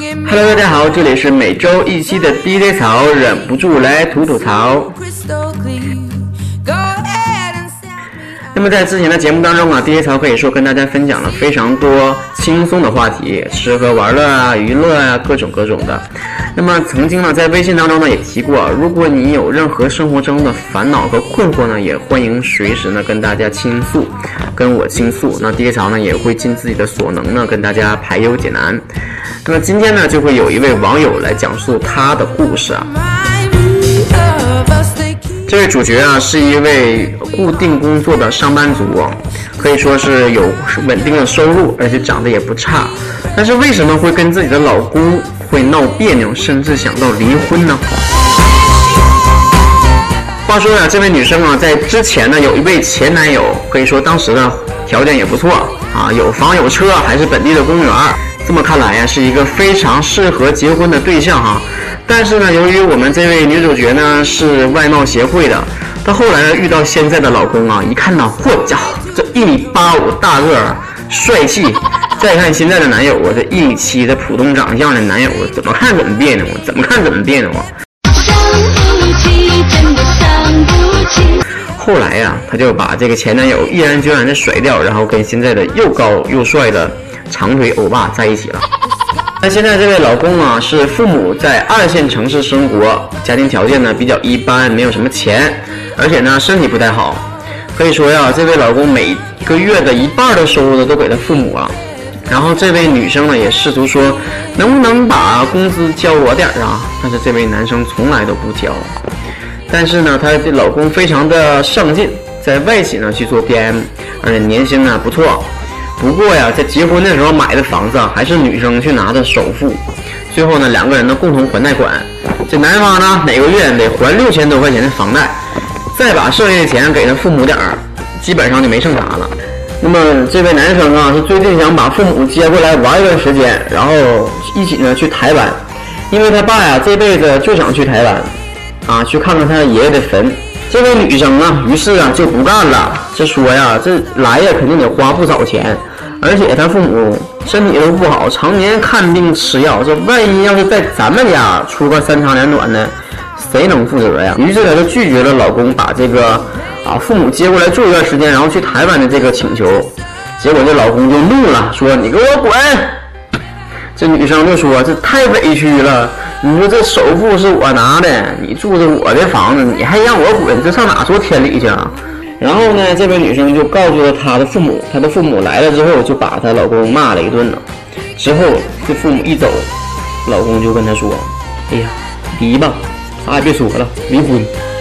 Hello， 大家好，这里是每周一期的 DJ 槽，忍不住来吐吐槽。那么在之前的节目当中啊 ，DJ 槽可以说跟大家分享了非常多轻松的话题，吃喝玩乐啊、娱乐啊，各种的。那么曾经呢，在微信当中呢也提过，如果你有任何生活中的烦恼和困惑呢，也欢迎随时呢跟大家倾诉，跟我倾诉。那 DJ 槽呢也会尽自己的所能呢跟大家排忧解难。那么今天呢就会有一位网友来讲述他的故事啊。这位主角啊是一位固定工作的上班族，可以说是有稳定的收入，而且长得也不差。但是为什么会跟自己的老公会闹别扭，甚至想到离婚呢？话说呀，这位女生啊，在之前呢有一位前男友，可以说当时呢条件也不错啊，有房有车，还是本地的公务员。这么看来呀，是一个非常适合结婚的对象哈。但是呢，由于我们这位女主角呢是外貌协会的，她后来呢遇到现在的老公啊，一看到，嚯家伙，这1.85米大个儿，帅气。再看现在的男友啊，这1.7米的普通长相的男友，怎么看怎么别扭，怎么看怎么别扭啊。后来呀，她就把这个前男友毅然决然的甩掉，然后跟现在的又高又帅的长腿欧巴在一起了。那现在这位老公啊，是父母在2线城市生活，家庭条件呢比较一般，没有什么钱，而且呢身体不太好。可以说呀，这位老公每个月的1半的收入都给他父母啊。然后这位女生呢也试图说，能不能把工资交我点啊？但是这位男生从来都不交。但是呢，她的老公非常的上进，在外企呢去做 PM， 而且年薪呢不错。不过呀，在结婚的时候买的房子啊，还是女生去拿的首付。最后呢，2个人呢共同还贷款。这男方呢每个月得还6000多块钱的房贷，再把剩下的钱给他父母点儿，基本上就没剩啥了。那么这位男生啊，是最近想把父母接过来玩一段时间，然后一起呢去台湾，因为他爸呀这辈子就想去台湾啊，去看看他爷爷的坟。这位女生啊，于是啊就不干了，这说呀，这来呀肯定得花不少钱，而且他父母身体都不好，常年看病吃药，这万一要是在咱们家出个3长2短的，谁能负责呀？于是他就拒绝了老公把这个父母接过来住一段时间，然后去台湾的这个请求。结果这老公就怒了，说你给我滚！这女生就说这太委屈了，你说这首付是我拿的，你住着我的房子，你还让我滚，这上哪说天理去啊？然后呢，这位女生就告诉了她的父母，她的父母来了之后就把她老公骂了一顿了。之后这父母一走，老公就跟她说，哎呀，离吧，啥也别说了，离婚。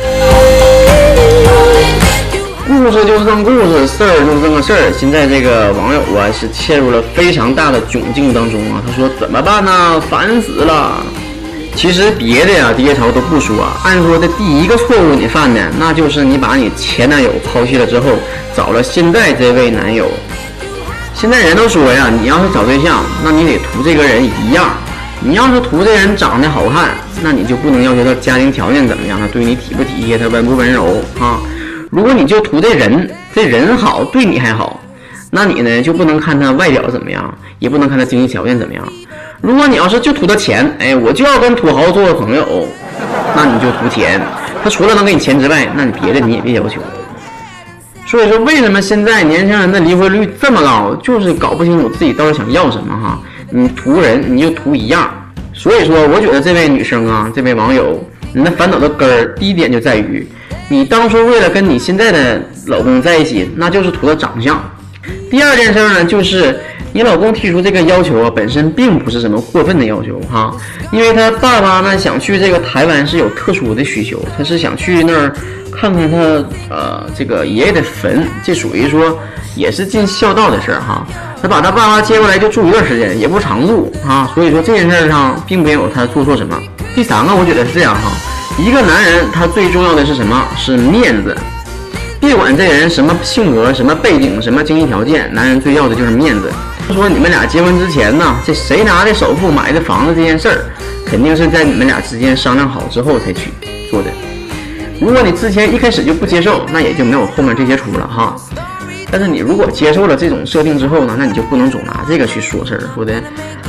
故事就剩故事，事儿就剩个事儿。现在这个网友啊是陷入了非常大的窘境当中啊。他说怎么办呢？烦死了。其实别的呀，DJ槽都不说啊。按说的第一个错误你犯的，那就是你把你前男友抛弃了之后，找了现在这位男友。现在人都说呀，你要是找对象，那你得图这个人一样。你要是图这人长得好看，那你就不能要求他家庭条件怎么样，他对你体不体贴，他温不温柔啊。如果你就图这人好，对你还好，那你呢就不能看他外表怎么样，也不能看他经济条件怎么样。如果你要是就图他钱，哎，我就要跟土豪做朋友，那你就图钱。他除了能给你钱之外，那你别的你也别要求。所以说，为什么现在年轻人的离婚率这么高，就是搞不清楚自己到底想要什么哈。你图人，你就图一样。所以说，我觉得这位女生啊，这位网友，你的烦恼的根儿，第一点就在于，你当初为了跟你现在的老公在一起，那就是图他长相。第二件事呢，就是你老公提出这个要求啊，本身并不是什么过分的要求哈，因为他爸爸呢想去这个台湾是有特殊的需求，他是想去那儿看看他这个爷爷的坟，这属于说也是尽孝道的事儿哈。他把他爸爸接过来就住一段时间，也不常住啊，所以说这件事上并没有他做错什么。第三个，我觉得是这样哈。一个男人他最重要的是什么？是面子。别管这个人什么性格、什么背景、什么经济条件，男人最要的就是面子。说你们俩结婚之前呢，这谁拿的首付买的房子这件事儿，肯定是在你们俩之间商量好之后才去做的。如果你之前一开始就不接受，那也就没有后面这些出了哈。但是你如果接受了这种设定之后呢，那你就不能总拿这个去说事儿，说的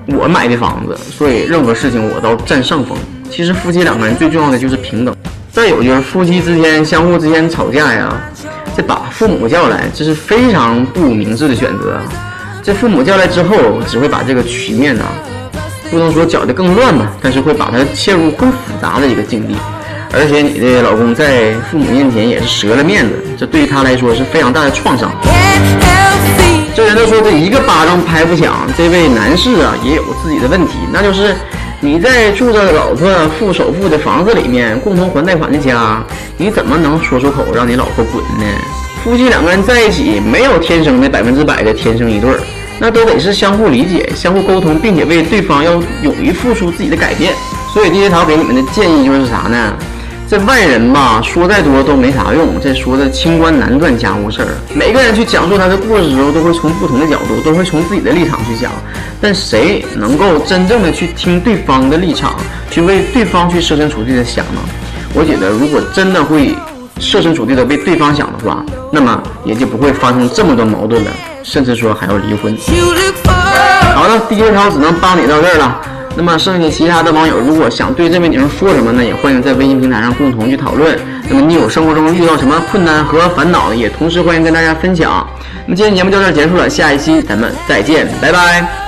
我买的房子，所以任何事情我都占上风。其实夫妻两个人最重要的就是平等。再有就是夫妻之间相互之间吵架呀，这把父母叫来，这是非常不明智的选择。这父母叫来之后，只会把这个局面呢，不能说搅得更乱吧，但是会把它切入更复杂的一个境地。而且你的老公在父母面前也是折了面子，这对于他来说是非常大的创伤。这人都说这一个巴掌拍不响，这位男士啊也有自己的问题，那就是你在住着老婆付首付的房子里面，共同还贷款的家，你怎么能说出口让你老婆滚呢？夫妻两个人在一起，没有天生的100%的天生一对儿，那都得是相互理解、相互沟通，并且为对方要勇于付出自己的改变。所以DJ涛给你们的建议就是啥呢？这外人吧，说再多都没啥用。这说的清官难断家务事儿，每个人去讲述他的故事的时候，都会从不同的角度，都会从自己的立场去讲。但谁能够真正的去听对方的立场，去为对方去设身处地的想呢？我觉得，如果真的会设身处地的为对方想的话，那么也就不会发生这么多矛盾了，甚至说还要离婚。好了，DJ涛只能帮你到这儿了。那么剩下其他的网友如果想对这位女生说什么呢，也欢迎在微信平台上共同去讨论。那么你有生活中遇到什么困难和烦恼，也同时欢迎跟大家分享。那么今天节目就到这儿结束了，下一期咱们再见，拜拜。